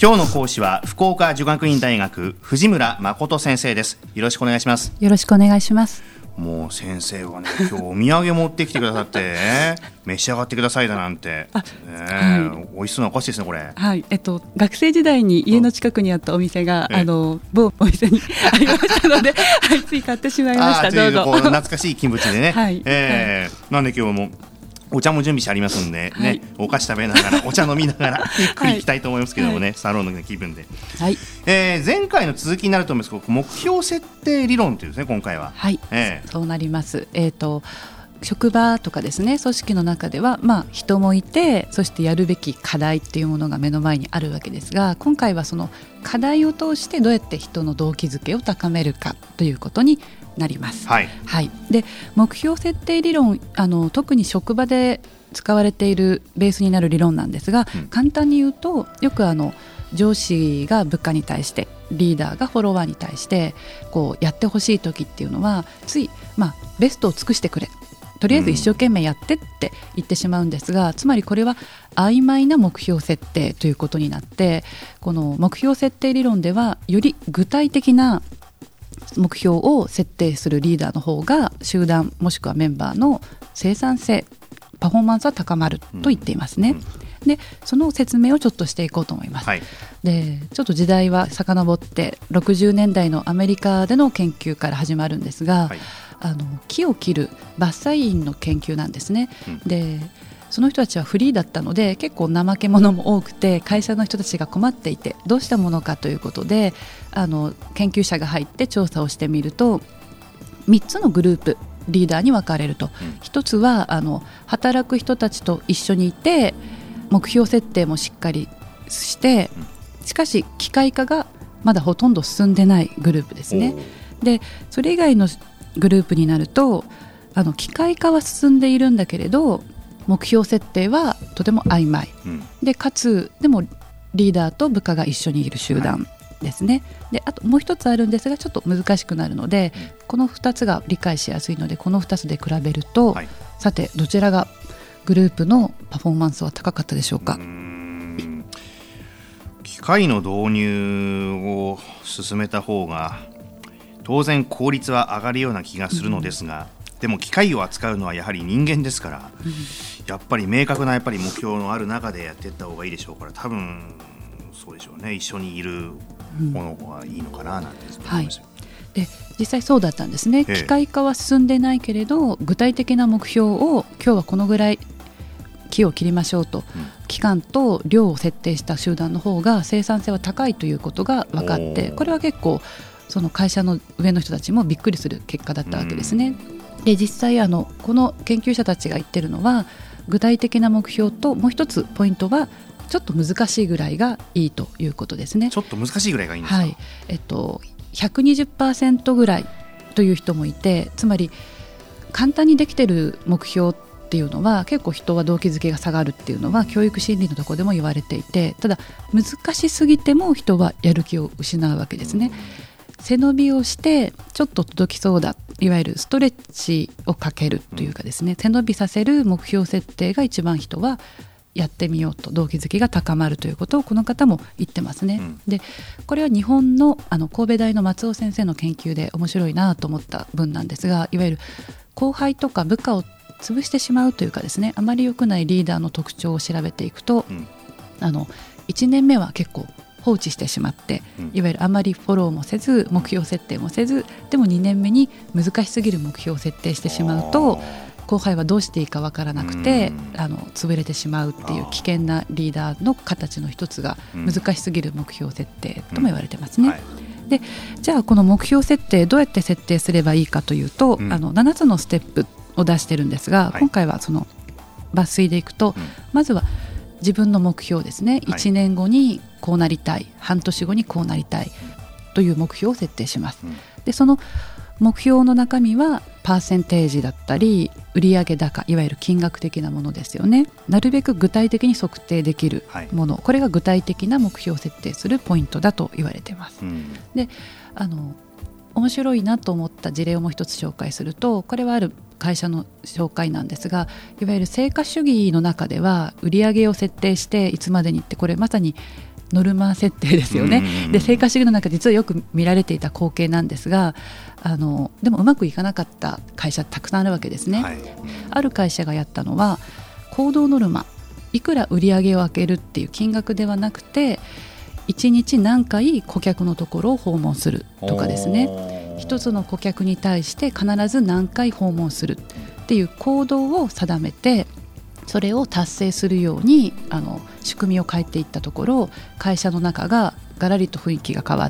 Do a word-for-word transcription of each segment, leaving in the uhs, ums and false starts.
今日の講師は福岡女学院大学藤村誠先生です。よろしくお願いします。 よろしくお願いします。 もう先生はね、今日お土産持ってきてくださって、ね、召し上がってくださいだなんて、ねはい、美味しそうなお菓子ですねこれ。 はい、えっと学生時代に家の近くにあったお店が、うん、あの某お店にありましたので、はい、つい買ってしまいました。どうぞ。 こう懐かしい気持ちでね。 はいえーはい、なんで今日もお茶も準備してありますんで、ねはい、お菓子食べながらお茶飲みながらゆっくりいきたいと思いますけどもね、はい、サロンの気分で、はいえー、前回の続きになると思うんですけど、目標設定理論というですね今回は。 はい、えー、そうなります。えーと職場とかですね組織の中では、まあ、人もいてそしてやるべき課題っていうものが目の前にあるわけですが、今回はその課題を通してどうやって人の動機づけを高めるかということになります。 はいはい、で目標設定理論、あの特に職場で使われているベースになる理論なんですが、うん、簡単に言うとよくあの上司が部下に対してリーダーがフォロワーに対してこうやってほしい時っていうのはつい、まあ、ベストを尽くしてくれ、とりあえず一生懸命やってって言ってしまうんですが、うん、つまりこれは曖昧な目標設定ということになって、この目標設定理論ではより具体的な目標を設定するリーダーの方が集団もしくはメンバーの生産性パフォーマンスは高まると言っていますね、うんうん、でその説明をちょっとしていこうと思います、はい、でちょっと時代は遡ってろくじゅうねんだいのアメリカでの研究から始まるんですが、はい、あの木を切る伐採員の研究なんですね、うん、でその人たちはフリーだったので結構怠け者も多くて会社の人たちが困っていてどうしたものかということであの研究者が入って調査をしてみるとみっつのグループリーダーに分かれると、うん、ひとつはあの働く人たちと一緒にいて目標設定もしっかりして、しかし機械化がまだほとんど進んでないグループですね。でそれ以外のグループになるとあの機械化は進んでいるんだけれど目標設定はとても曖昧、うん、でかつでもリーダーと部下が一緒にいる集団ですね、はい、であともう一つあるんですがちょっと難しくなるので、うん、このふたつが理解しやすいのでこのふたつで比べると、はい、さてどちらがグループのパフォーマンスは高かったでしょうか。うーん機械の導入を進めた方が当然効率は上がるような気がするのですが、うん、でも機械を扱うのはやはり人間ですから、うん、やっぱり明確なやっぱり目標のある中でやっていった方がいいでしょうから、多分そうでしょうね、一緒にいるものがいいのかななんて思います、うんはい、 で実際そうだったんですね、ええ、機械化は進んでないけれど具体的な目標を今日はこのぐらい木を切りましょうと、うん、期間と量を設定した集団の方が生産性は高いということが分かって、これは結構その会社の上の人たちもびっくりする結果だったわけですね。で実際あのこの研究者たちが言ってるのは具体的な目標ともう一つポイントはちょっと難しいぐらいがいいということですね。 ちょっと難しいぐらいがいいんですか。 はい、えっと、ひゃくにじゅっパーセント ぐらいという人もいて、つまり簡単にできている目標っていうのは結構人は動機づけが下がるっていうのは教育心理のところでも言われていて、ただ難しすぎても人はやる気を失うわけですね。背伸びをしてちょっと届きそうだ、いわゆるストレッチをかけるというかですね、背伸びさせる目標設定が一番人はやってみようと動機づけが高まるということをこの方も言ってますね、うん、でこれは日本 の, あの神戸大の松尾先生の研究で面白いなと思った文なんですが、いわゆる後輩とか部下を潰してしまうというかですね、あまり良くないリーダーの特徴を調べていくと、うん、あのいちねんめは結構放置してしまって、うん、いわゆるあまりフォローもせず目標設定もせず、でもにねんめに難しすぎる目標を設定してしまうと後輩はどうしていいか分からなくてあの潰れてしまうっていう危険なリーダーの形の一つが難しすぎる目標設定とも言われてますね、うんはい、でじゃあこの目標設定どうやって設定すればいいかというと、うん、あのななつのステップを出してるんですが、はい、今回はその抜粋でいくと、うん、まずは自分の目標ですね、はい、いちねんごにこうなりたい、半年後にこうなりたいという目標を設定します、うん、でその目標の中身はパーセンテージだったり売上高、いわゆる金額的なものですよね。なるべく具体的に測定できるもの、はい、これが具体的な目標を設定するポイントだと言われています、うん、であの面白いなと思った事例をもう一つ紹介すると、これはある会社の紹介なんですが、いわゆる成果主義の中では売上を設定していつまでにって、これまさにノルマ設定ですよね。で成果主義の中で実はよく見られていた光景なんですが、あのでもうまくいかなかった会社たくさんあるわけですね、はい、ある会社がやったのは行動ノルマ、いくら売り上げを上げるっていう金額ではなくていちにち何回顧客のところを訪問するとかですね、一つの顧客に対して必ず何回訪問するっていう行動を定めて、それを達成するようにあの仕組みを変えていったところ、会社の中がガラリと雰囲気が変わって、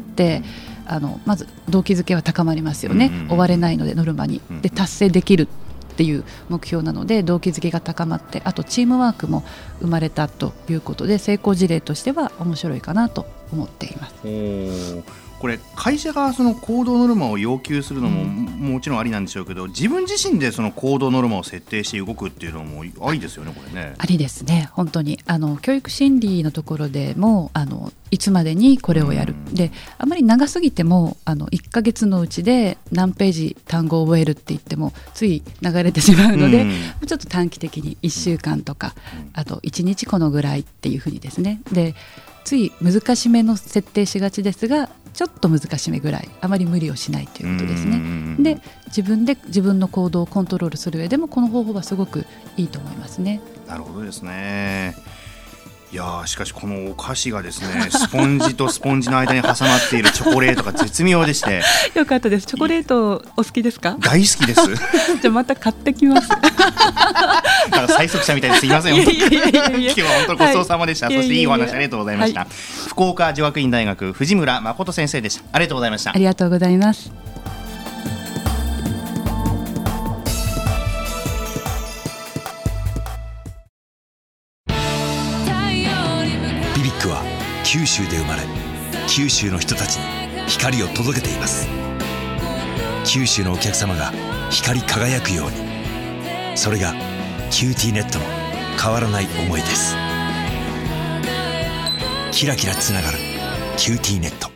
あのまず動機づけは高まりますよね、うんうん、追われないのでノルマにで達成できるっていう目標なので動機づけが高まって、あとチームワークも生まれたということで成功事例としては面白いかなと思っています。 おこれ会社がその行動ノルマを要求するのも、うん、もちろんありなんでしょうけど、自分自身でその行動ノルマを設定して動くっていうのもありですよね、これね。 ありですね、本当にあの教育心理のところでもあのいつまでにこれをやる、うん、であまり長すぎてもあのいっかげつのうちで何ページ単語を覚えるって言ってもつい流れてしまうので、うん、ちょっと短期的にいっしゅうかんとか、うん、あといちにちこのぐらいっていうふうにですね、でつい難しめの設定しがちですがちょっと難しめぐらい、あまり無理をしないということですね。で自分で自分の行動をコントロールする上でもこの方法はすごくいいと思いますね。 なるほどですね。いやしかしこのお菓子がですねスポンジとスポンジの間に挟まっているチョコレートが絶妙でしてよかったです。チョコレートお好きですか？ 大好きですじゃあまた買ってきますなんか催促者みたいですいません。今日は本当にごちそうさまでした、はい、そしていいお話ありがとうございました、はい、福岡女学院大学藤村誠先生でした。ありがとうございました。 ありがとうございます。 ビビックは九州で生まれ九州の人たちに光を届けています。九州のお客様が光り輝くように、それがキューティーネットの変わらない思いです。キラキラつながるキューティーネット。